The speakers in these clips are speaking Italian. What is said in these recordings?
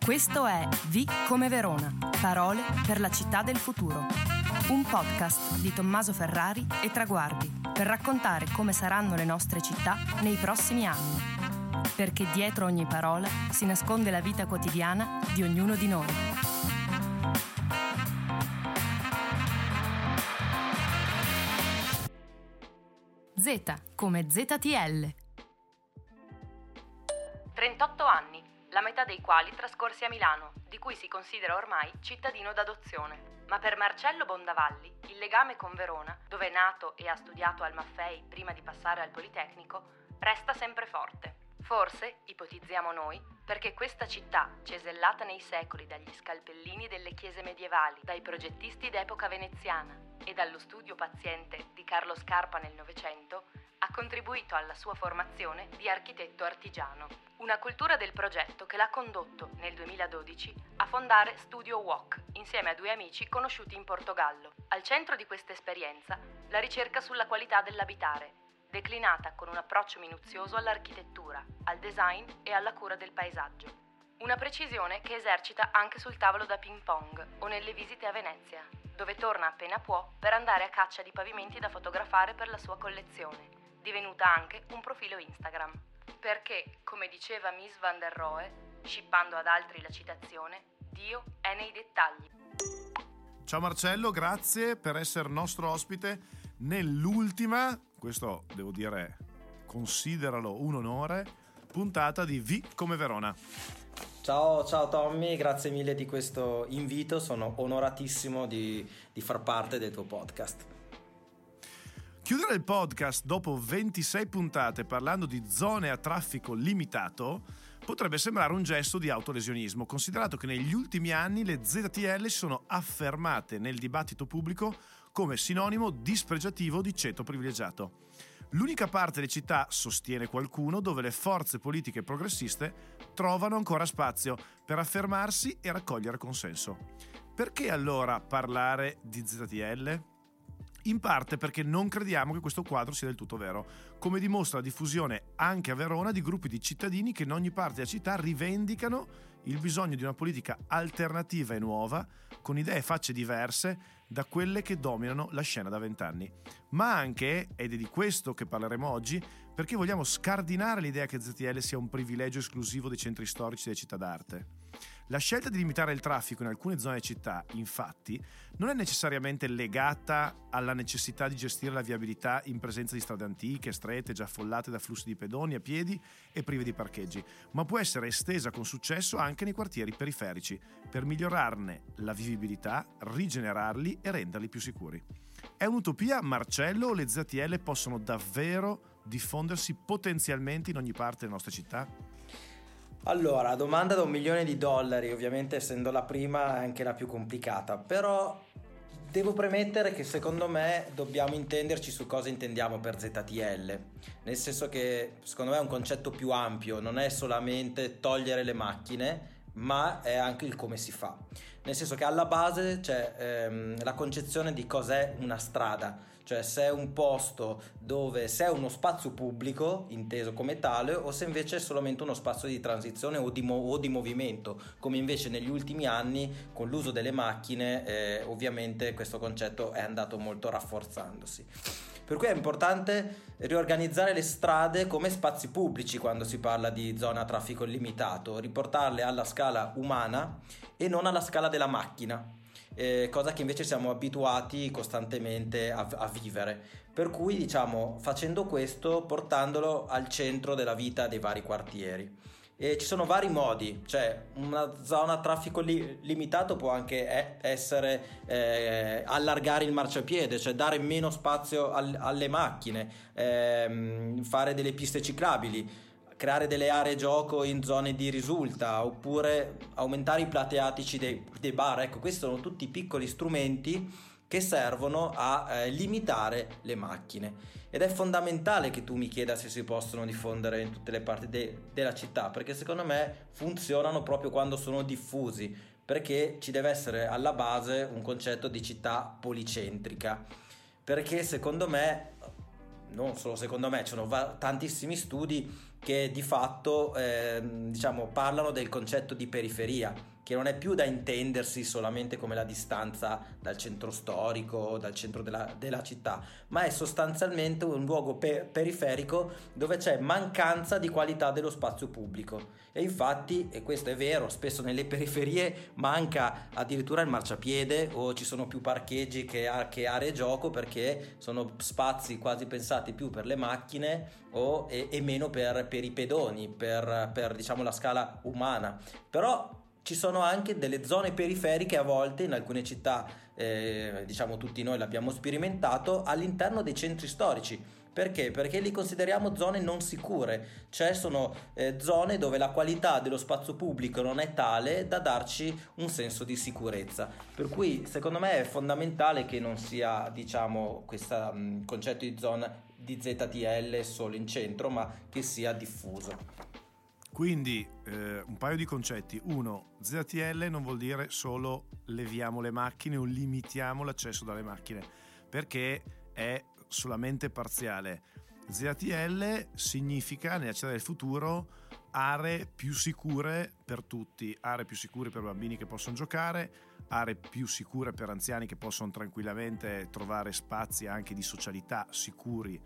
Questo è V come Verona, parole per la città del futuro. Un podcast di Tommaso Ferrari e Traguardi per raccontare come saranno le nostre città nei prossimi anni. Perché dietro ogni parola si nasconde la vita quotidiana di ognuno di noi. Z come ZTL. 38 anni, la metà dei quali trascorsi a Milano, di cui si considera ormai cittadino d'adozione. Ma per Marcello Bondavalli il legame con Verona, dove è nato e ha studiato al Maffei prima di passare al Politecnico, resta sempre forte. Forse, ipotizziamo noi, perché questa città, cesellata nei secoli dagli scalpellini delle chiese medievali, dai progettisti d'epoca veneziana e dallo studio paziente di Carlo Scarpa nel Novecento, ha contribuito alla sua formazione di architetto artigiano. Una cultura del progetto che l'ha condotto, nel 2012, a fondare Studio Walk, insieme a due amici conosciuti in Portogallo. Al centro di questa esperienza, la ricerca sulla qualità dell'abitare, declinata con un approccio minuzioso all'architettura, al design e alla cura del paesaggio. Una precisione che esercita anche sul tavolo da ping pong o nelle visite a Venezia, dove torna appena può per andare a caccia di pavimenti da fotografare per la sua collezione, divenuta anche un profilo Instagram. Perché, come diceva Mies van der Rohe, scippando ad altri la citazione, Dio è nei dettagli. Ciao Marcello, grazie per essere nostro ospite nell'ultima, questo devo dire, consideralo un onore, puntata di V come Verona. Ciao Tommy, grazie mille di questo invito, sono onoratissimo di far parte del tuo podcast. Chiudere il podcast dopo 26 puntate parlando di zone a traffico limitato potrebbe sembrare un gesto di autolesionismo, considerato che negli ultimi anni le ZTL si sono affermate nel dibattito pubblico come sinonimo dispregiativo di ceto privilegiato. L'unica parte delle città, sostiene qualcuno, dove le forze politiche progressiste trovano ancora spazio per affermarsi e raccogliere consenso. Perché allora parlare di ZTL? In parte perché non crediamo che questo quadro sia del tutto vero, come dimostra la diffusione anche a Verona di gruppi di cittadini che in ogni parte della città rivendicano il bisogno di una politica alternativa e nuova, con idee e facce diverse da quelle che dominano la scena da 20 anni. Ma anche, ed è di questo che parleremo oggi, perché vogliamo scardinare l'idea che ZTL sia un privilegio esclusivo dei centri storici delle città d'arte. La scelta di limitare il traffico in alcune zone città, infatti, non è necessariamente legata alla necessità di gestire la viabilità in presenza di strade antiche, strette, già affollate da flussi di pedoni a piedi e prive di parcheggi, ma può essere estesa con successo anche nei quartieri periferici, per migliorarne la vivibilità, rigenerarli e renderli più sicuri. È un'utopia, Marcello, o le ZTL possono davvero diffondersi potenzialmente in ogni parte delle nostre città? Allora, domanda da $1 milione, ovviamente essendo la prima è anche la più complicata, però devo premettere che secondo me dobbiamo intenderci su cosa intendiamo per ZTL, nel senso che secondo me è un concetto più ampio, non è solamente togliere le macchine, ma è anche il come si fa, nel senso che alla base c'è la concezione di cos'è una strada, cioè se è un posto dove se è uno spazio pubblico inteso come tale o se invece è solamente uno spazio di transizione o di movimento, come invece negli ultimi anni con l'uso delle macchine ovviamente questo concetto è andato molto rafforzandosi. Per cui è importante riorganizzare le strade come spazi pubblici quando si parla di zona a traffico limitato, riportarle alla scala umana e non alla scala della macchina. Cosa che invece siamo abituati costantemente a vivere, per cui diciamo facendo questo portandolo al centro della vita dei vari quartieri. E ci sono vari modi, cioè una zona a traffico limitato può anche essere allargare il marciapiede, cioè dare meno spazio alle macchine, fare delle piste ciclabili, creare delle aree gioco in zone di risulta, oppure aumentare i plateatici dei bar. Ecco, questi sono tutti piccoli strumenti che servono a limitare le macchine, ed è fondamentale che tu mi chieda se si possono diffondere in tutte le parti della città, perché secondo me funzionano proprio quando sono diffusi, perché ci deve essere alla base un concetto di città policentrica, perché secondo me, non solo secondo me, ci sono tantissimi studi che di fatto parlano del concetto di periferia, che non è più da intendersi solamente come la distanza dal centro storico, dal centro della città, ma è sostanzialmente un luogo periferico dove c'è mancanza di qualità dello spazio pubblico. E infatti, e questo è vero, spesso nelle periferie manca addirittura il marciapiede, o ci sono più parcheggi che aree gioco, perché sono spazi quasi pensati più per le macchine e meno per i pedoni, per diciamo la scala umana. Però ci sono anche delle zone periferiche a volte in alcune città, tutti noi l'abbiamo sperimentato, all'interno dei centri storici. Perché? Perché li consideriamo zone non sicure, cioè sono zone dove la qualità dello spazio pubblico non è tale da darci un senso di sicurezza. Per cui secondo me è fondamentale che non sia, questo concetto di zona di ZTL solo in centro, ma che sia diffuso. Quindi un paio di concetti. Uno, ZTL non vuol dire solo leviamo le macchine o limitiamo l'accesso dalle macchine, perché è solamente parziale. ZTL significa, nella città del futuro, aree più sicure per tutti, aree più sicure per bambini che possono giocare, aree più sicure per anziani che possono tranquillamente trovare spazi anche di socialità sicuri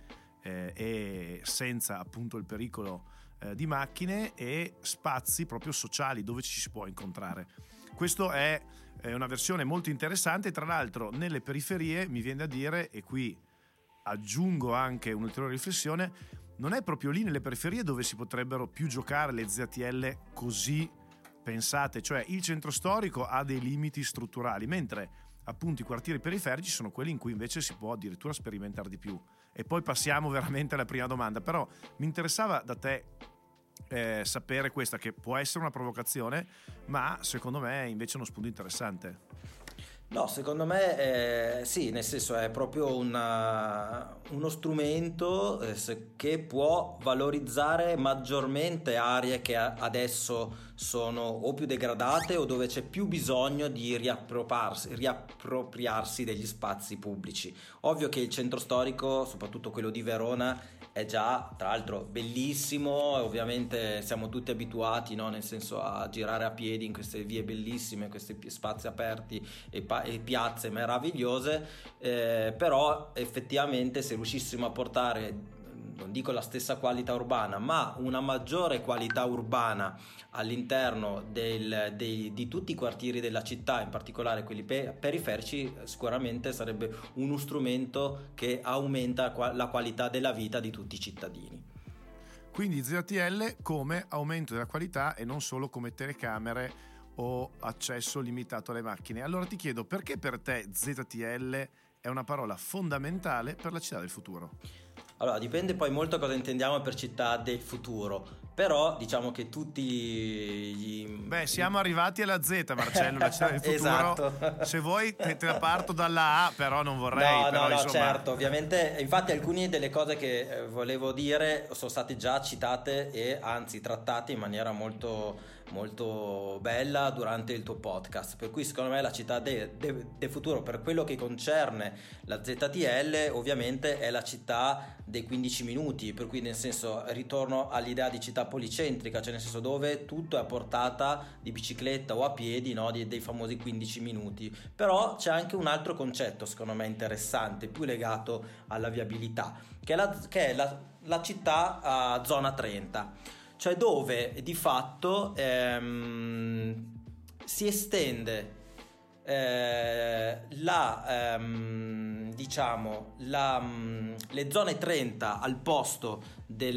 e senza appunto il pericolo di macchine, e spazi proprio sociali dove ci si può incontrare. Questo è una versione molto interessante. Tra l'altro nelle periferie, mi viene da dire, e qui aggiungo anche un'ulteriore riflessione, non è proprio lì nelle periferie dove si potrebbero più giocare le ZTL così pensate, cioè il centro storico ha dei limiti strutturali, mentre appunto i quartieri periferici sono quelli in cui invece si può addirittura sperimentare di più. E poi passiamo veramente alla prima domanda, però mi interessava da te sapere questa, che può essere una provocazione, ma secondo me è invece uno spunto interessante. No, secondo me sì, nel senso è proprio uno strumento che può valorizzare maggiormente aree che adesso sono o più degradate o dove c'è più bisogno di riappropriarsi degli spazi pubblici. Ovvio che il centro storico, soprattutto quello di Verona, è già tra l'altro bellissimo, ovviamente siamo tutti abituati, no? Nel senso a girare a piedi in queste vie bellissime, questi spazi aperti e piazze meravigliose, però effettivamente se riuscissimo a portare, non dico la stessa qualità urbana, ma una maggiore qualità urbana all'interno di tutti i quartieri della città, in particolare quelli periferici, sicuramente sarebbe uno strumento che aumenta la qualità della vita di tutti i cittadini. Quindi ZTL come aumento della qualità e non solo come telecamere o accesso limitato alle macchine. Allora ti chiedo, perché per te ZTL è una parola fondamentale per la città del futuro? Allora, dipende poi molto cosa intendiamo per città del futuro, però diciamo che tutti siamo arrivati alla Z, Marcello, la città del futuro. Esatto. Se vuoi te la parto dalla A, però non vorrei. No, certo, ovviamente, infatti alcune delle cose che volevo dire sono state già citate e anzi trattate in maniera molto molto bella durante il tuo podcast, per cui secondo me la città del futuro, per quello che concerne la ZTL, ovviamente è la città dei 15 minuti, per cui nel senso ritorno all'idea di città policentrica, cioè nel senso dove tutto è a portata di bicicletta o a piedi, no? Dei famosi 15 minuti. Però c'è anche un altro concetto secondo me interessante, più legato alla viabilità, che è la città a zona 30, cioè dove di fatto si estende le zone 30 al posto del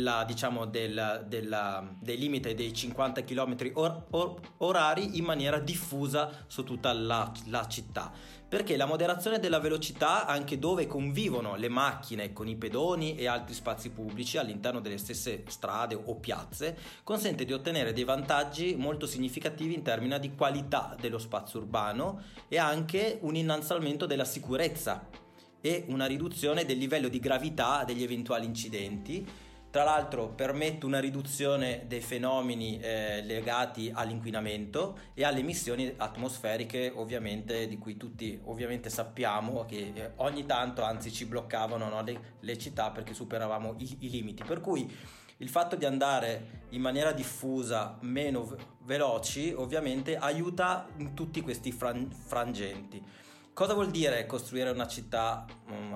limite dei 50 km orari in maniera diffusa su tutta la città, perché la moderazione della velocità, anche dove convivono le macchine con i pedoni e altri spazi pubblici all'interno delle stesse strade o piazze, consente di ottenere dei vantaggi molto significativi in termini di qualità dello spazio urbano e anche un innalzamento della sicurezza e una riduzione del livello di gravità degli eventuali incidenti. Tra l'altro permette una riduzione dei fenomeni legati all'inquinamento e alle emissioni atmosferiche, ovviamente, di cui tutti ovviamente sappiamo che ogni tanto anzi ci bloccavano, no, le città perché superavamo i limiti. Per cui Il fatto di andare in maniera diffusa, meno veloci, ovviamente aiuta in tutti questi frangenti. Cosa vuol dire costruire una città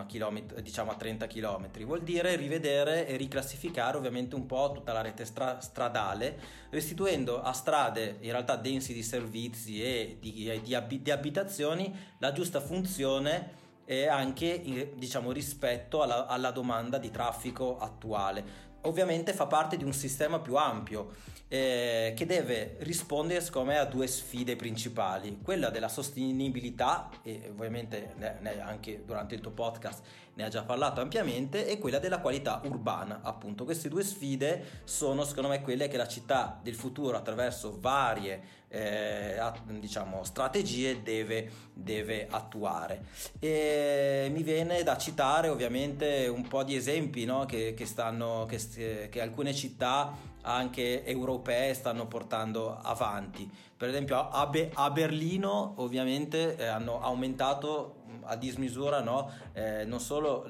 a 30 km? Vuol dire rivedere e riclassificare ovviamente un po' tutta la rete stradale, restituendo a strade in realtà densi di servizi e di abitazioni la giusta funzione e anche rispetto alla domanda di traffico attuale. Ovviamente fa parte di un sistema più ampio che deve rispondere secondo me a due sfide principali: quella della sostenibilità, e ovviamente anche durante il tuo podcast ne ha già parlato ampiamente, e quella della qualità urbana. Appunto, queste due sfide sono secondo me quelle che la città del futuro, attraverso varie strategie, deve attuare. E mi viene da citare ovviamente un po' di esempi, no? che alcune città anche europee stanno portando avanti. Per esempio a Berlino ovviamente hanno aumentato a dismisura, no? Non solo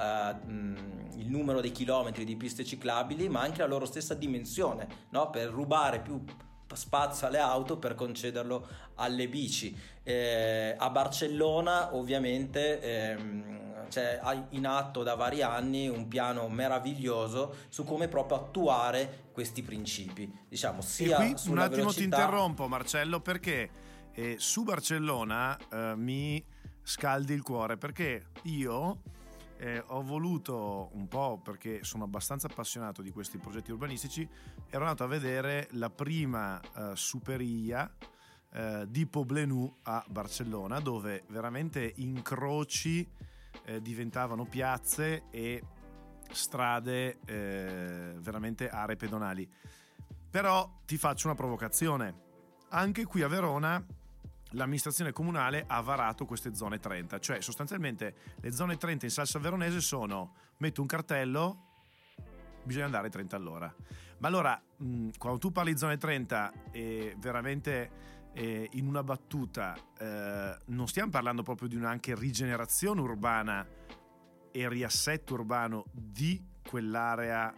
il numero dei chilometri di piste ciclabili, ma anche la loro stessa dimensione, no? Per rubare più spazio alle auto, per concederlo alle bici. A Barcellona ovviamente c'è in atto da vari anni un piano meraviglioso su come proprio attuare questi principi, sia e qui sulla un attimo velocità. Ti interrompo, Marcello, perché su Barcellona mi scaldi il cuore, perché io ho voluto un po', perché sono abbastanza appassionato di questi progetti urbanistici, ero andato a vedere la prima superia di Poblenou a Barcellona, dove veramente incroci diventavano piazze e strade, veramente aree pedonali. Però ti faccio una provocazione: anche qui a Verona l'amministrazione comunale ha varato queste zone 30, cioè sostanzialmente le zone 30 in salsa veronese sono: metto un cartello, bisogna andare 30 all'ora. Ma allora quando tu parli di zone 30 veramente in una battuta, non stiamo parlando proprio di una anche rigenerazione urbana e riassetto urbano di quell'area,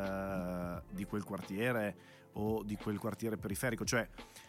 di quel quartiere o di quel quartiere periferico, cioè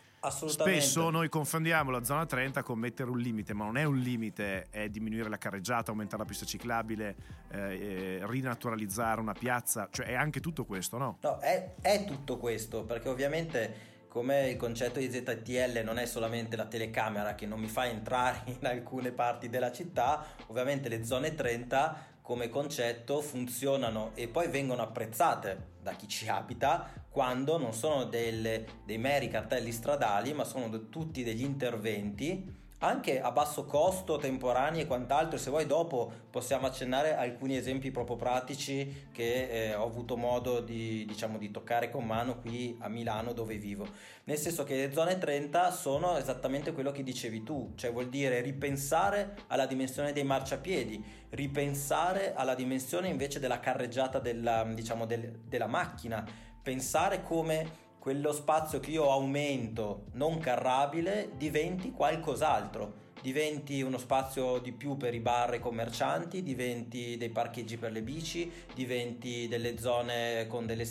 spesso noi confondiamo la zona 30 con mettere un limite, ma non è un limite, è diminuire la carreggiata, aumentare la pista ciclabile, rinaturalizzare una piazza, cioè è anche tutto questo, no? No, è tutto questo, perché ovviamente, come il concetto di ZTL non è solamente la telecamera che non mi fa entrare in alcune parti della città, ovviamente le zone 30 come concetto funzionano e poi vengono apprezzate da chi ci abita quando non sono dei meri cartelli stradali, ma sono tutti degli interventi anche a basso costo, temporanei e quant'altro. Se vuoi dopo possiamo accennare alcuni esempi proprio pratici che ho avuto modo di toccare con mano qui a Milano, dove vivo. Nel senso che le zone 30 sono esattamente quello che dicevi tu, cioè vuol dire ripensare alla dimensione dei marciapiedi, ripensare alla dimensione invece della carreggiata della macchina, pensare come quello spazio che io aumento non carrabile diventi qualcos'altro, diventi uno spazio di più per i bar e commercianti, diventi dei parcheggi per le bici, diventi delle zone con delle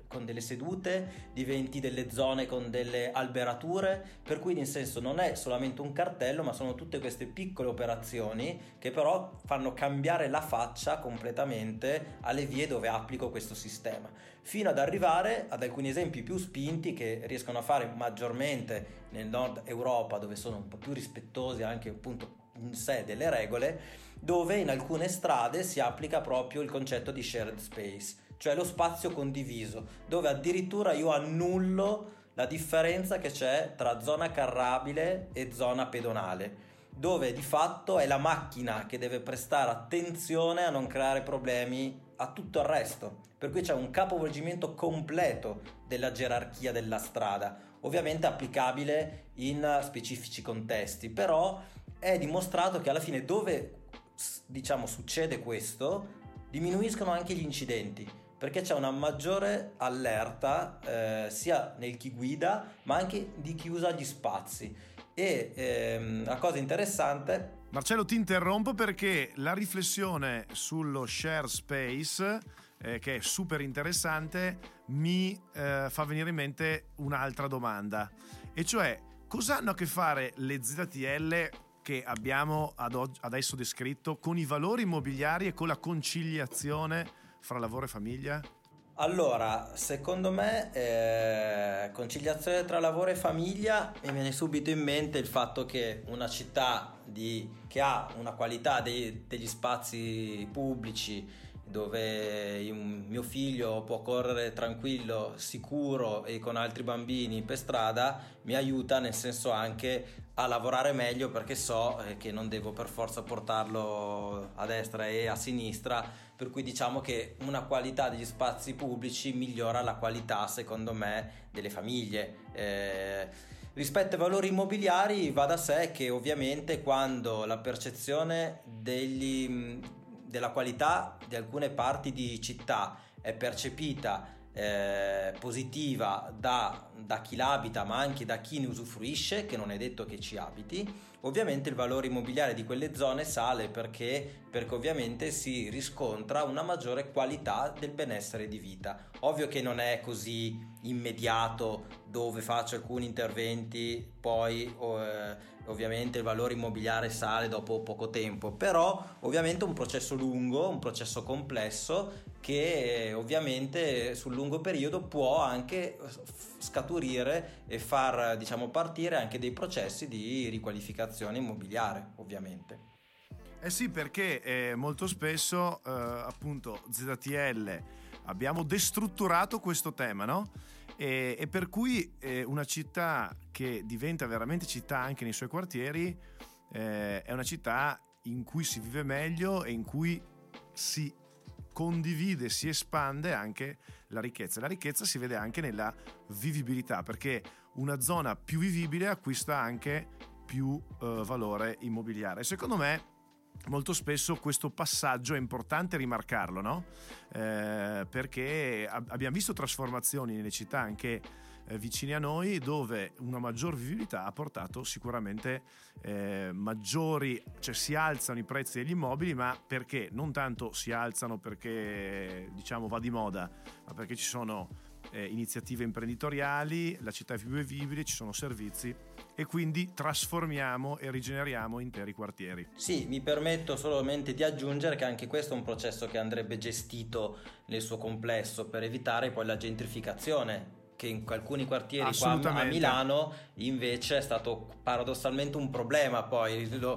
sedute, diventi delle zone con delle alberature, per cui in senso non è solamente un cartello, ma sono tutte queste piccole operazioni che però fanno cambiare la faccia completamente alle vie dove applico questo sistema, fino ad arrivare ad alcuni esempi più spinti che riescono a fare maggiormente nel nord Europa, dove sono un po' più rispettosi anche appunto in sé delle regole, dove in alcune strade si applica proprio il concetto di shared space, cioè lo spazio condiviso, dove addirittura io annullo la differenza che c'è tra zona carrabile e zona pedonale, dove di fatto è la macchina che deve prestare attenzione a non creare problemi a tutto il resto, per cui c'è un capovolgimento completo della gerarchia della strada, ovviamente applicabile in specifici contesti, però è dimostrato che alla fine dove succede questo diminuiscono anche gli incidenti, perché c'è una maggiore allerta sia nel chi guida ma anche di chi usa gli spazi. E la cosa interessante, Marcello, ti interrompo perché la riflessione sullo share space che è super interessante, mi fa venire in mente un'altra domanda, e cioè cosa hanno a che fare le ZTL che abbiamo adesso descritto con i valori immobiliari e con la conciliazione fra lavoro e famiglia? Allora, secondo me, conciliazione tra lavoro e famiglia, mi viene subito in mente il fatto che una città che ha una qualità degli spazi pubblici dove mio figlio può correre tranquillo, sicuro e con altri bambini per strada, mi aiuta nel senso anche a lavorare meglio, perché so che non devo per forza portarlo a destra e a sinistra, per cui diciamo che una qualità degli spazi pubblici migliora la qualità, secondo me, delle famiglie. Rispetto ai valori immobiliari, va da sé che ovviamente quando la percezione della qualità di alcune parti di città è percepita positiva da chi l'abita, ma anche da chi ne usufruisce, che non è detto che ci abiti, ovviamente il valore immobiliare di quelle zone sale, perché ovviamente si riscontra una maggiore qualità del benessere di vita. Ovvio che non è così immediato, dove faccio alcuni interventi poi ovviamente il valore immobiliare sale dopo poco tempo, però ovviamente è un processo lungo, un processo complesso, che ovviamente sul lungo periodo può anche scaturire e far, diciamo, partire anche dei processi di riqualificazione immobiliare, ovviamente. Eh sì, perché molto spesso appunto ZTL abbiamo destrutturato questo tema, no? E per cui una città che diventa veramente città anche nei suoi quartieri è una città in cui si vive meglio e in cui si condivide, si espande anche la ricchezza. La ricchezza si vede anche nella vivibilità, perché una zona più vivibile acquista anche più valore immobiliare. Secondo me molto spesso questo passaggio è importante rimarcarlo, no? Perché abbiamo visto trasformazioni nelle città anche vicine a noi, dove una maggior vivibilità ha portato sicuramente maggiori, cioè si alzano i prezzi degli immobili, ma perché? Non tanto si alzano perché diciamo va di moda, ma perché ci sono iniziative imprenditoriali, la città è più vivibile, ci sono servizi e quindi trasformiamo e rigeneriamo interi quartieri. Sì, mi permetto solamente di aggiungere che anche questo è un processo che andrebbe gestito nel suo complesso per evitare poi la gentrificazione, che in alcuni quartieri qua a Milano invece è stato paradossalmente un problema, poi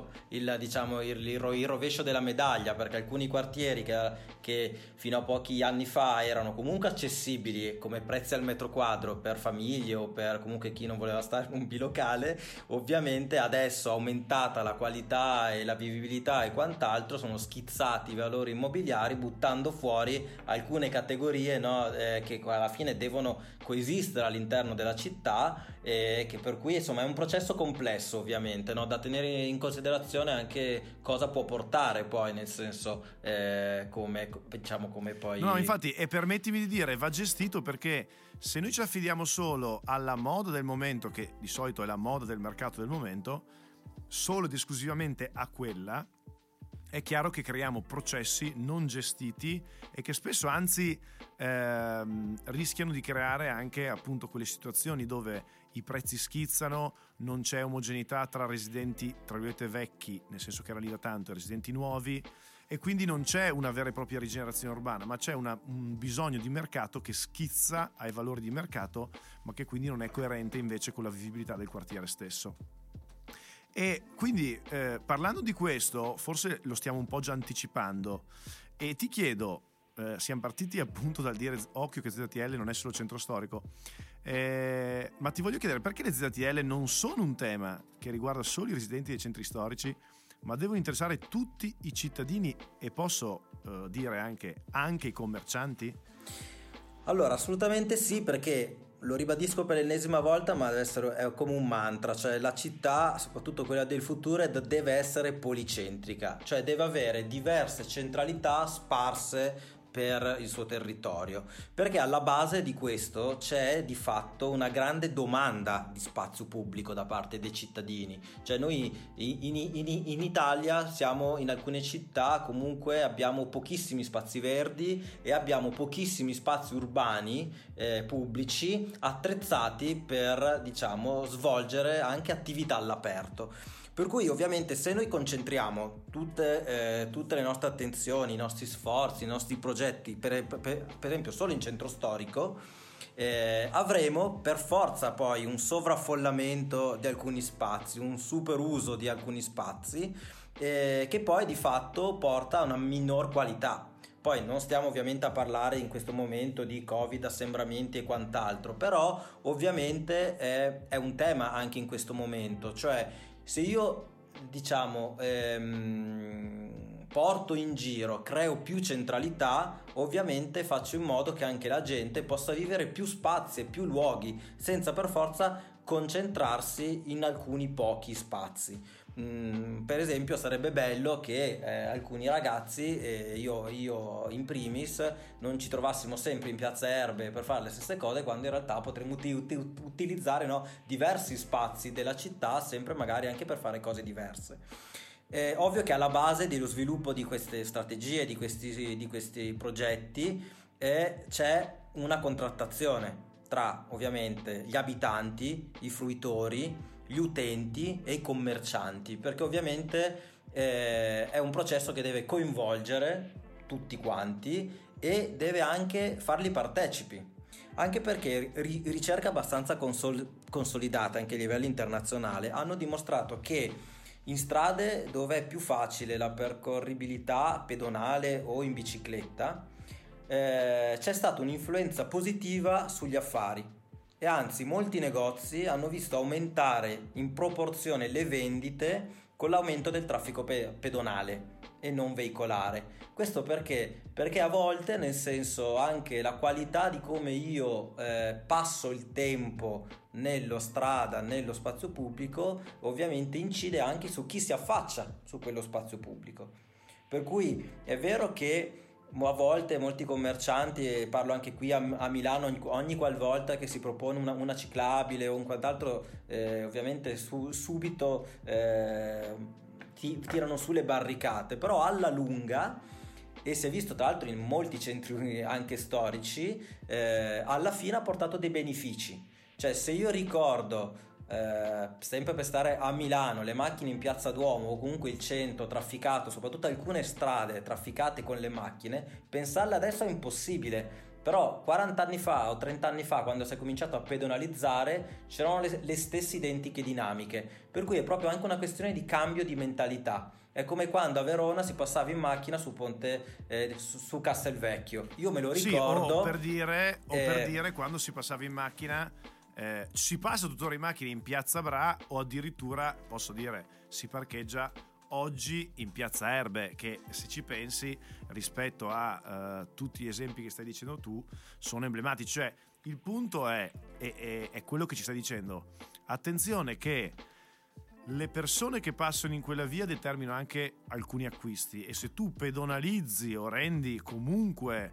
il rovescio della medaglia, perché alcuni quartieri che fino a pochi anni fa erano comunque accessibili come prezzi al metro quadro per famiglie o per comunque chi non voleva stare in un bilocale, ovviamente adesso aumentata la qualità e la vivibilità e quant'altro, sono schizzati i valori immobiliari, buttando fuori alcune categorie, no, che alla fine devono coesistere all'interno della città, che per cui insomma è un processo complesso, ovviamente, no? Da tenere in considerazione anche cosa può portare poi, nel senso come poi. No, infatti, e permettimi di dire, va gestito, perché se noi ci affidiamo solo alla moda del momento, che di solito è la moda del mercato del momento, solo ed esclusivamente a quella, è chiaro che creiamo processi non gestiti e che spesso anzi rischiano di creare anche appunto quelle situazioni dove i prezzi schizzano, non c'è omogeneità tra residenti tra virgolette vecchi, nel senso che era lì da tanto, e residenti nuovi, e quindi non c'è una vera e propria rigenerazione urbana, ma c'è un bisogno di mercato che schizza ai valori di mercato, ma che quindi non è coerente invece con la vivibilità del quartiere stesso. E quindi parlando di questo, forse lo stiamo un po' già anticipando, e ti chiedo, siamo partiti appunto dal dire occhio che ZTL non è solo centro storico, ma ti voglio chiedere perché le ZTL non sono un tema che riguarda solo i residenti dei centri storici, ma devono interessare tutti i cittadini e posso dire anche i commercianti? Allora, assolutamente sì, perché lo ribadisco per l'ennesima volta, ma è come un mantra, cioè la città, soprattutto quella del futuro, deve essere policentrica, cioè deve avere diverse centralità sparse per il suo territorio, perché alla base di questo c'è di fatto una grande domanda di spazio pubblico da parte dei cittadini. Cioè noi in Italia siamo in alcune città, comunque abbiamo pochissimi spazi verdi e abbiamo pochissimi spazi urbani pubblici attrezzati per, diciamo, svolgere anche attività all'aperto. Per cui ovviamente se noi concentriamo tutte le nostre attenzioni, i nostri sforzi, i nostri progetti, per esempio solo in centro storico, avremo per forza poi un sovraffollamento di alcuni spazi, un super uso di alcuni spazi, che poi di fatto porta a una minor qualità. Poi non stiamo ovviamente a parlare in questo momento di Covid, assembramenti e quant'altro, però ovviamente è un tema anche in questo momento, cioè se io, diciamo, porto in giro, creo più centralità, ovviamente faccio in modo che anche la gente possa vivere più spazi e più luoghi, senza per forza concentrarsi in alcuni pochi spazi. Per esempio sarebbe bello che alcuni ragazzi, io in primis, non ci trovassimo sempre in Piazza Erbe per fare le stesse cose, quando in realtà potremmo utilizzare, no, diversi spazi della città, sempre magari anche per fare cose diverse. Ovvio che alla base dello sviluppo di queste strategie, di questi progetti, c'è una contrattazione tra ovviamente gli abitanti, i fruitori, gli utenti e i commercianti, perché ovviamente è un processo che deve coinvolgere tutti quanti e deve anche farli partecipi, anche perché ricerche abbastanza consolidate anche a livello internazionale hanno dimostrato che in strade dove è più facile la percorribilità pedonale o in bicicletta c'è stata un'influenza positiva sugli affari. E anzi, molti negozi hanno visto aumentare in proporzione le vendite con l'aumento del traffico pedonale e non veicolare. Questo perché? Perché a volte, nel senso, anche la qualità di come io passo il tempo nello spazio pubblico, ovviamente incide anche su chi si affaccia su quello spazio pubblico. Per cui è vero che a volte molti commercianti, e parlo anche qui a Milano, ogni qualvolta che si propone una ciclabile o un quant'altro, ovviamente subito tirano su le barricate, però alla lunga, e si è visto tra l'altro in molti centri anche storici, alla fine ha portato dei benefici. Cioè, se io ricordo, sempre per stare a Milano, le macchine in Piazza Duomo o comunque il centro trafficato, soprattutto alcune strade trafficate con le macchine, pensarle adesso è impossibile. Però 40 anni fa o 30 anni fa, quando si è cominciato a pedonalizzare, c'erano le stesse identiche dinamiche, per cui è proprio anche una questione di cambio di mentalità. È come quando a Verona si passava in macchina sul ponte su Castelvecchio. Io me lo ricordo. Sì, o per dire quando si passava in macchina. Si passa tuttora in macchina in Piazza Bra, o addirittura, posso dire, si parcheggia oggi in Piazza Erbe, che se ci pensi rispetto a tutti gli esempi che stai dicendo tu sono emblematici. Cioè il punto è quello che ci stai dicendo: attenzione che le persone che passano in quella via determinano anche alcuni acquisti, e se tu pedonalizzi o rendi comunque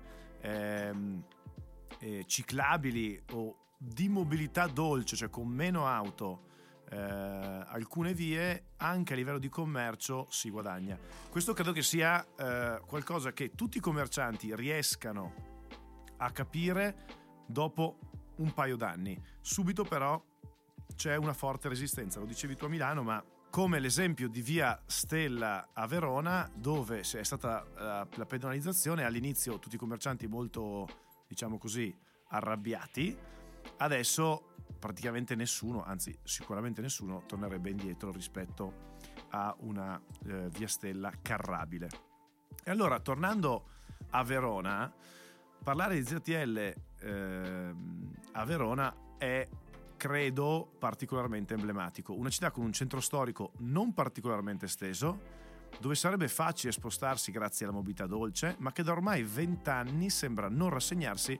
ciclabili o di mobilità dolce, cioè con meno auto, alcune vie, anche a livello di commercio si guadagna. Questo credo che sia qualcosa che tutti i commercianti riescano a capire dopo un paio d'anni. Subito però c'è una forte resistenza, lo dicevi tu a Milano, ma come l'esempio di via Stella a Verona, dove è stata la pedonalizzazione, all'inizio tutti i commercianti molto, diciamo così, arrabbiati. Adesso praticamente nessuno, anzi sicuramente nessuno, tornerebbe indietro rispetto a una via Stella carrabile. E allora, tornando a Verona, parlare di ZTL a Verona è, credo, particolarmente emblematico. Una città con un centro storico non particolarmente esteso, dove sarebbe facile spostarsi grazie alla mobilità dolce, ma che da ormai 20 anni sembra non rassegnarsi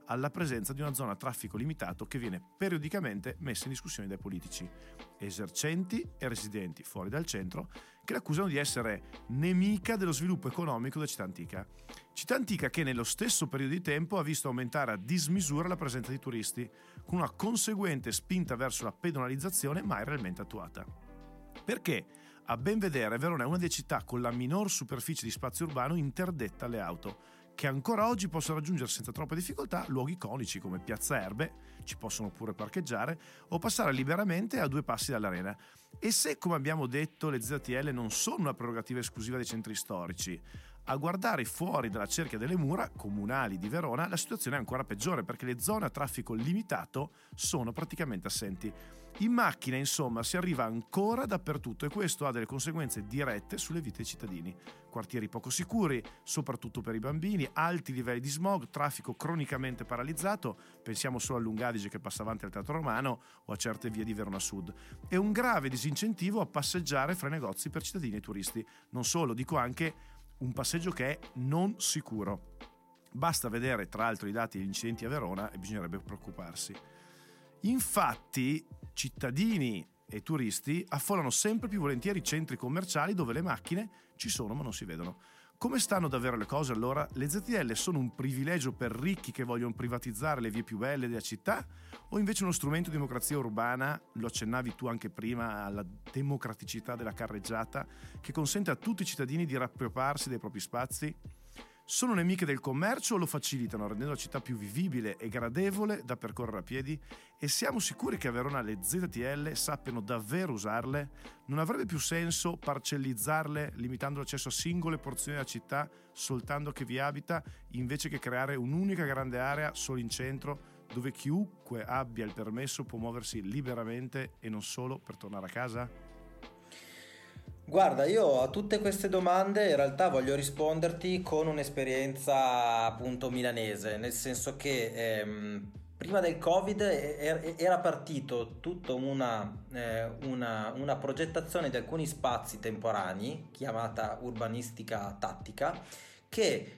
alla presenza di una zona a traffico limitato che viene periodicamente messa in discussione dai politici, esercenti e residenti fuori dal centro, che l'accusano di essere nemica dello sviluppo economico della città antica. Città antica che nello stesso periodo di tempo ha visto aumentare a dismisura la presenza di turisti, con una conseguente spinta verso la pedonalizzazione mai realmente attuata. Perché, a ben vedere, Verona è una delle città con la minor superficie di spazio urbano interdetta alle auto, che ancora oggi possono raggiungere senza troppa difficoltà luoghi iconici come Piazza Erbe, ci possono pure parcheggiare, o passare liberamente a 2 passi dall'arena. E se, come abbiamo detto, le ZTL non sono una prerogativa esclusiva dei centri storici, a guardare fuori dalla cerchia delle mura comunali di Verona la situazione è ancora peggiore, perché le zone a traffico limitato sono praticamente assenti. In macchina, insomma, si arriva ancora dappertutto e questo ha delle conseguenze dirette sulle vite dei cittadini. Quartieri poco sicuri, soprattutto per i bambini, alti livelli di smog, traffico cronicamente paralizzato, pensiamo solo all'Ungadige che passa avanti al Teatro Romano o a certe vie di Verona Sud, e un grave disincentivo a passeggiare fra i negozi per cittadini e turisti. Non solo, dico anche un passeggio che è non sicuro. Basta vedere tra l'altro i dati degli incidenti a Verona e bisognerebbe preoccuparsi. Infatti, cittadini e turisti affollano sempre più volentieri i centri commerciali dove le macchine ci sono ma non si vedono. Come stanno davvero le cose allora? Le ZTL sono un privilegio per ricchi che vogliono privatizzare le vie più belle della città o invece uno strumento di democrazia urbana, lo accennavi tu anche prima alla democraticità della carreggiata, che consente a tutti i cittadini di riappropriarsi dei propri spazi? Sono nemiche del commercio o lo facilitano, rendendo la città più vivibile e gradevole da percorrere a piedi? E siamo sicuri che a Verona le ZTL sappiano davvero usarle? Non avrebbe più senso parcellizzarle, limitando l'accesso a singole porzioni della città soltanto chi vi abita, invece che creare un'unica grande area solo in centro, dove chiunque abbia il permesso può muoversi liberamente e non solo per tornare a casa? Guarda, io a tutte queste domande in realtà voglio risponderti con un'esperienza appunto milanese, nel senso che prima del Covid era partito tutta una progettazione di alcuni spazi temporanei chiamata urbanistica tattica che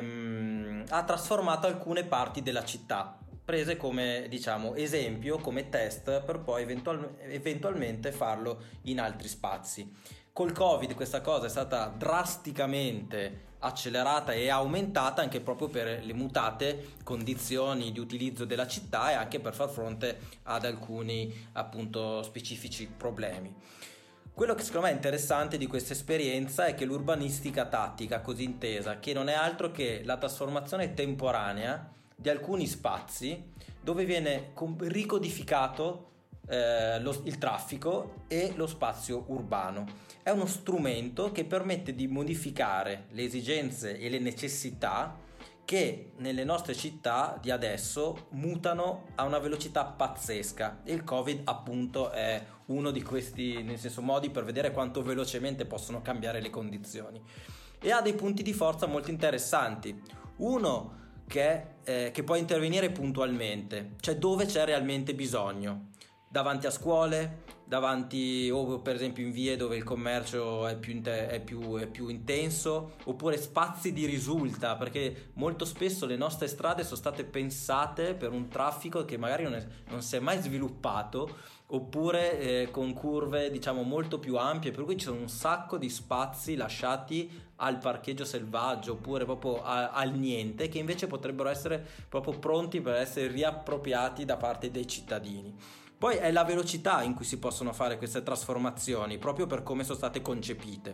ha trasformato alcune parti della città, prese come, diciamo, esempio, come test per poi eventualmente farlo in altri spazi. Col Covid questa cosa è stata drasticamente accelerata e aumentata anche proprio per le mutate condizioni di utilizzo della città e anche per far fronte ad alcuni appunto specifici problemi. Quello che secondo me è interessante di questa esperienza è che l'urbanistica tattica, così intesa, che non è altro che la trasformazione temporanea di alcuni spazi dove viene ricodificato il traffico e lo spazio urbano. È uno strumento che permette di modificare le esigenze e le necessità che nelle nostre città di adesso mutano a una velocità pazzesca. Il Covid appunto è uno di questi, nel senso, modi per vedere quanto velocemente possono cambiare le condizioni, e ha dei punti di forza molto interessanti. Uno che può intervenire puntualmente, cioè dove c'è realmente bisogno, davanti a scuole, davanti o per esempio in vie dove il commercio è più intenso, oppure spazi di risulta, perché molto spesso le nostre strade sono state pensate per un traffico che magari non si è mai sviluppato, oppure con curve diciamo molto più ampie, per cui ci sono un sacco di spazi lasciati al parcheggio selvaggio oppure proprio al niente, che invece potrebbero essere proprio pronti per essere riappropriati da parte dei cittadini. Poi è la velocità in cui si possono fare queste trasformazioni, proprio per come sono state concepite.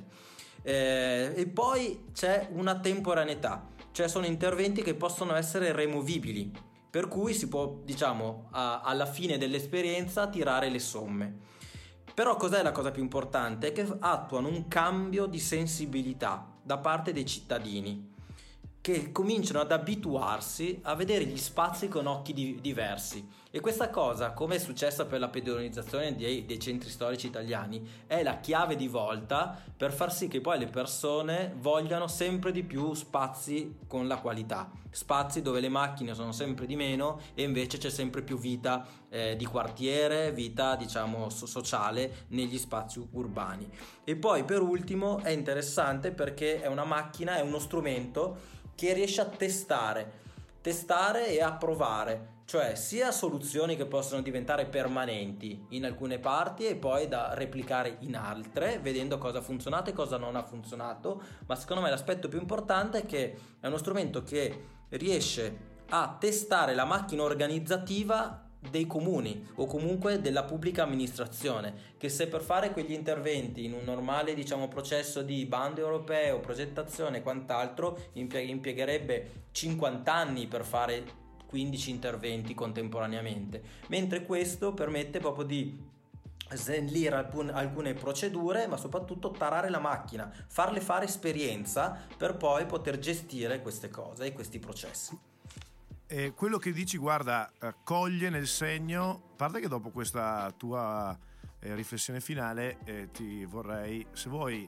E poi c'è una temporaneità, cioè sono interventi che possono essere removibili, per cui si può, diciamo, alla fine dell'esperienza tirare le somme. Però cos'è la cosa più importante? È che attuano un cambio di sensibilità da parte dei cittadini, che cominciano ad abituarsi a vedere gli spazi con occhi diversi. E questa cosa, come è successa per la pedonalizzazione dei centri storici italiani, è la chiave di volta per far sì che poi le persone vogliano sempre di più spazi con la qualità, spazi dove le macchine sono sempre di meno e invece c'è sempre più vita di quartiere, vita diciamo sociale negli spazi urbani. E poi per ultimo è interessante perché è una macchina, è uno strumento che riesce a testare testare e approvare, cioè sia soluzioni che possono diventare permanenti in alcune parti e poi da replicare in altre, vedendo cosa ha funzionato e cosa non ha funzionato. Ma secondo me l'aspetto più importante è che è uno strumento che riesce a testare la macchina organizzativa dei comuni o comunque della pubblica amministrazione, che se per fare quegli interventi in un normale processo di bando europeo, progettazione e quant'altro impiegherebbe 50 anni per fare 15 interventi contemporaneamente, mentre questo permette proprio di snellire alcune procedure, ma soprattutto tarare la macchina, farle fare esperienza per poi poter gestire queste cose e questi processi. Quello che dici, guarda, coglie nel segno, a parte che dopo questa tua riflessione finale ti vorrei, se vuoi,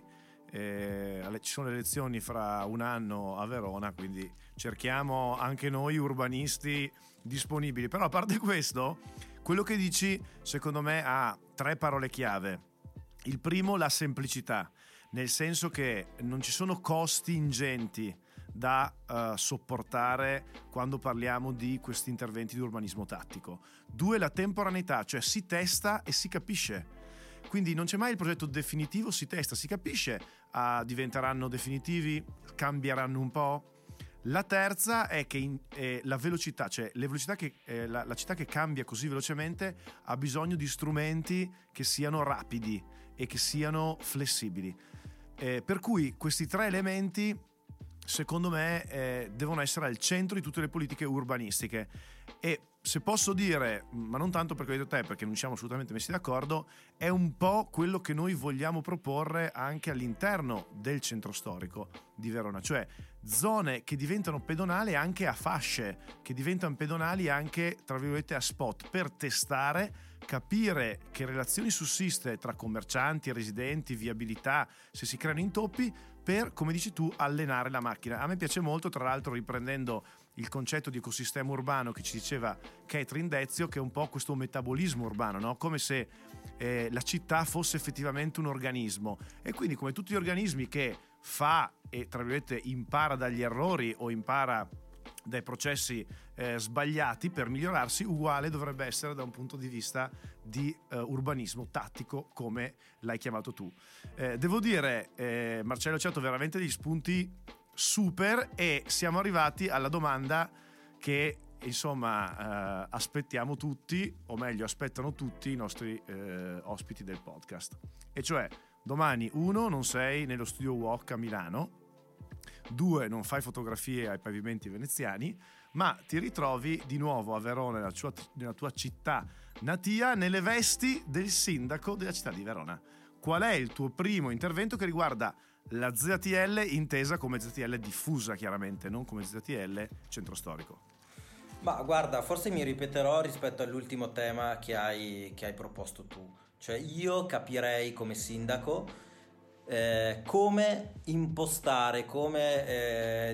ci sono le elezioni fra un anno a Verona, quindi cerchiamo anche noi urbanisti disponibili, però a parte questo, quello che dici secondo me ha 3 parole chiave. Il primo, la semplicità, nel senso che non ci sono costi ingenti da sopportare quando parliamo di questi interventi di urbanismo tattico. 2, la temporaneità, cioè si testa e si capisce, quindi non c'è mai il progetto definitivo, si testa, si capisce, diventeranno definitivi, cambieranno un po'. La terza è che la velocità, cioè le velocità che la città che cambia così velocemente ha bisogno di strumenti che siano rapidi e che siano flessibili, per cui questi 3 elementi secondo me devono essere al centro di tutte le politiche urbanistiche. E se posso dire, ma non tanto perché ho detto te, perché non siamo assolutamente messi d'accordo, è un po' quello che noi vogliamo proporre anche all'interno del centro storico di Verona, cioè zone che diventano pedonali anche a fasce, che diventano pedonali anche tra virgolette a spot, per testare, capire che relazioni sussiste tra commercianti, residenti, viabilità, se si creano intoppi, per, come dici tu, allenare la macchina. A me piace molto, tra l'altro, riprendendo il concetto di ecosistema urbano che ci diceva Catherine Dezio, che è un po' questo metabolismo urbano, no? Come se la città fosse effettivamente un organismo, e quindi come tutti gli organismi che fa e tra virgolette impara dagli errori o impara dai processi sbagliati per migliorarsi, uguale dovrebbe essere da un punto di vista di urbanismo tattico, come l'hai chiamato tu. Devo dire, Marcello ci ha dato veramente degli spunti super, e siamo arrivati alla domanda che insomma aspettiamo tutti, o meglio aspettano tutti i nostri ospiti del podcast, e cioè: domani 1, non sei nello studio Walk a Milano; 2, non fai fotografie ai pavimenti veneziani, ma ti ritrovi di nuovo a Verona, nella tua città natia, nelle vesti del sindaco della città di Verona. Qual è il tuo primo intervento che riguarda la ZTL, intesa come ZTL diffusa, chiaramente, non come ZTL centro storico? Ma guarda, forse mi ripeterò rispetto all'ultimo tema che hai proposto tu. Cioè, io capirei come sindaco come impostare, come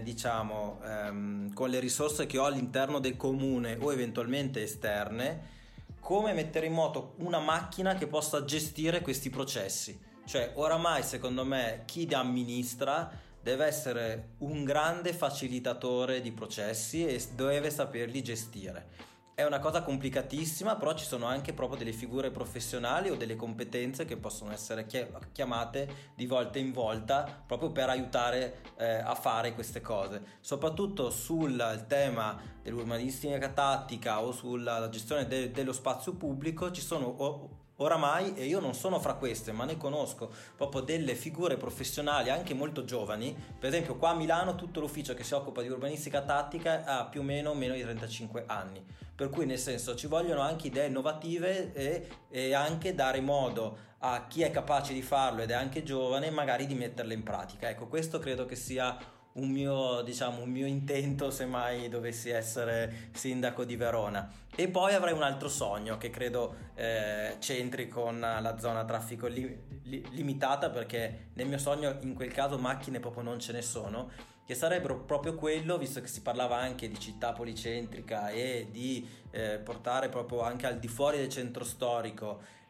con le risorse che ho all'interno del comune o eventualmente esterne, come mettere in moto una macchina che possa gestire questi processi. Cioè, oramai secondo me chi amministra deve essere un grande facilitatore di processi e deve saperli gestire. È una cosa complicatissima, però ci sono anche proprio delle figure professionali o delle competenze che possono essere chiamate di volta in volta proprio per aiutare a fare queste cose. Soprattutto sul tema dell'urbanistica tattica o sulla gestione dello spazio pubblico ci sono oramai, e io non sono fra queste, ma ne conosco proprio delle figure professionali anche molto giovani. Per esempio qua a Milano tutto l'ufficio che si occupa di urbanistica tattica ha più o meno di 35 anni, per cui nel senso ci vogliono anche idee innovative e anche dare modo a chi è capace di farlo ed è anche giovane magari di metterle in pratica. Ecco, questo credo che sia un mio intento se mai dovessi essere sindaco di Verona. E poi avrei un altro sogno che credo c'entri con la zona traffico limitata, perché nel mio sogno in quel caso macchine proprio non ce ne sono, che sarebbero proprio quello, visto che si parlava anche di città policentrica e di portare proprio anche al di fuori del centro storico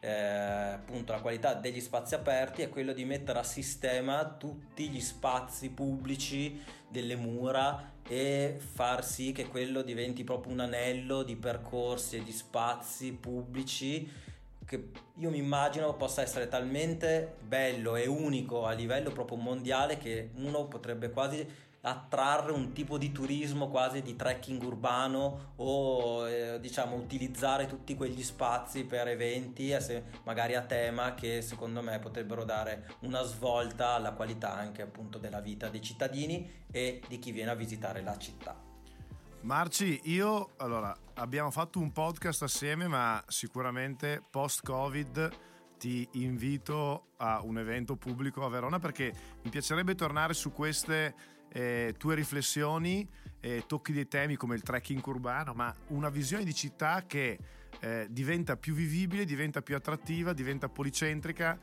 appunto la qualità degli spazi aperti è quello di mettere a sistema tutti gli spazi pubblici delle mura e far sì che quello diventi proprio un anello di percorsi e di spazi pubblici che io mi immagino possa essere talmente bello e unico a livello proprio mondiale che uno potrebbe quasi attrarre un tipo di turismo quasi di trekking urbano o diciamo utilizzare tutti quegli spazi per eventi magari a tema, che secondo me potrebbero dare una svolta alla qualità anche appunto della vita dei cittadini e di chi viene a visitare la città. Marci, abbiamo fatto un podcast assieme, ma sicuramente post-Covid ti invito a un evento pubblico a Verona, perché mi piacerebbe tornare su queste tue riflessioni, tocchi dei temi come il trekking urbano, ma una visione di città che diventa più vivibile, diventa più attrattiva, diventa policentrica,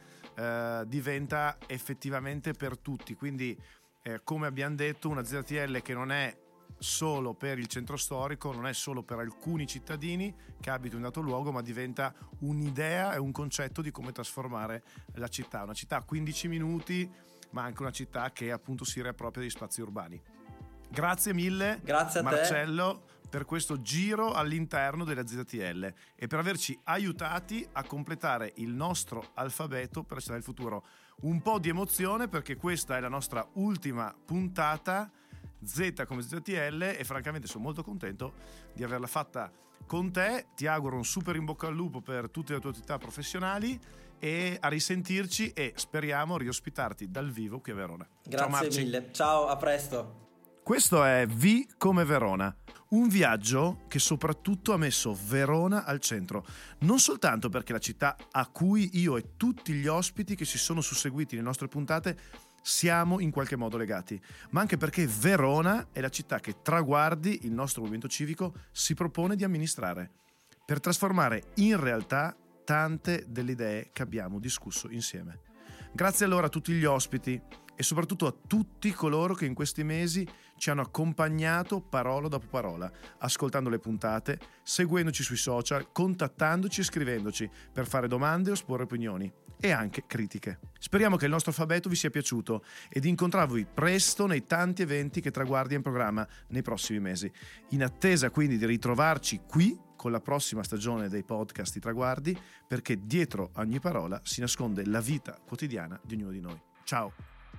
diventa effettivamente per tutti. Quindi come abbiamo detto, una ZTL che non è solo per il centro storico, non è solo per alcuni cittadini che abitano in dato luogo, ma diventa un'idea e un concetto di come trasformare la città, una città a 15 minuti, ma anche una città che appunto si riappropria degli spazi urbani. Grazie mille, grazie a Marcello, per questo giro all'interno della ZTL e per averci aiutati a completare il nostro alfabeto per la città del futuro. Un po' di emozione perché questa è la nostra ultima puntata Z come ZTL e francamente sono molto contento di averla fatta con te. Ti auguro un super in bocca al lupo per tutte le tue attività professionali e a risentirci, e speriamo riospitarti dal vivo qui a Verona. Grazie mille, ciao, a presto. Questo è V come Verona, un viaggio che soprattutto ha messo Verona al centro, non soltanto perché la città a cui io e tutti gli ospiti che si sono susseguiti nelle nostre puntate siamo in qualche modo legati, ma anche perché Verona è la città che Traguardi, il nostro movimento civico, si propone di amministrare per trasformare in realtà tante delle idee che abbiamo discusso insieme. Grazie allora a tutti gli ospiti e soprattutto a tutti coloro che in questi mesi ci hanno accompagnato parola dopo parola, ascoltando le puntate, seguendoci sui social, contattandoci e scrivendoci per fare domande o esporre opinioni e anche critiche. Speriamo che il nostro alfabeto vi sia piaciuto e di incontrarvi presto nei tanti eventi che Traguardi è in programma nei prossimi mesi. In attesa quindi di ritrovarci qui con la prossima stagione dei podcast di Traguardi, perché dietro ogni parola si nasconde la vita quotidiana di ognuno di noi. Ciao!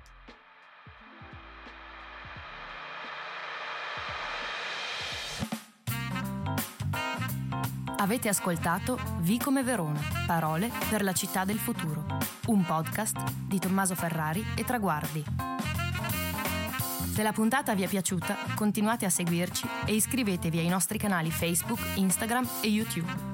Avete ascoltato V come Verona, parole per la città del futuro, un podcast di Tommaso Ferrari e Traguardi. Se la puntata vi è piaciuta, continuate a seguirci e iscrivetevi ai nostri canali Facebook, Instagram e YouTube.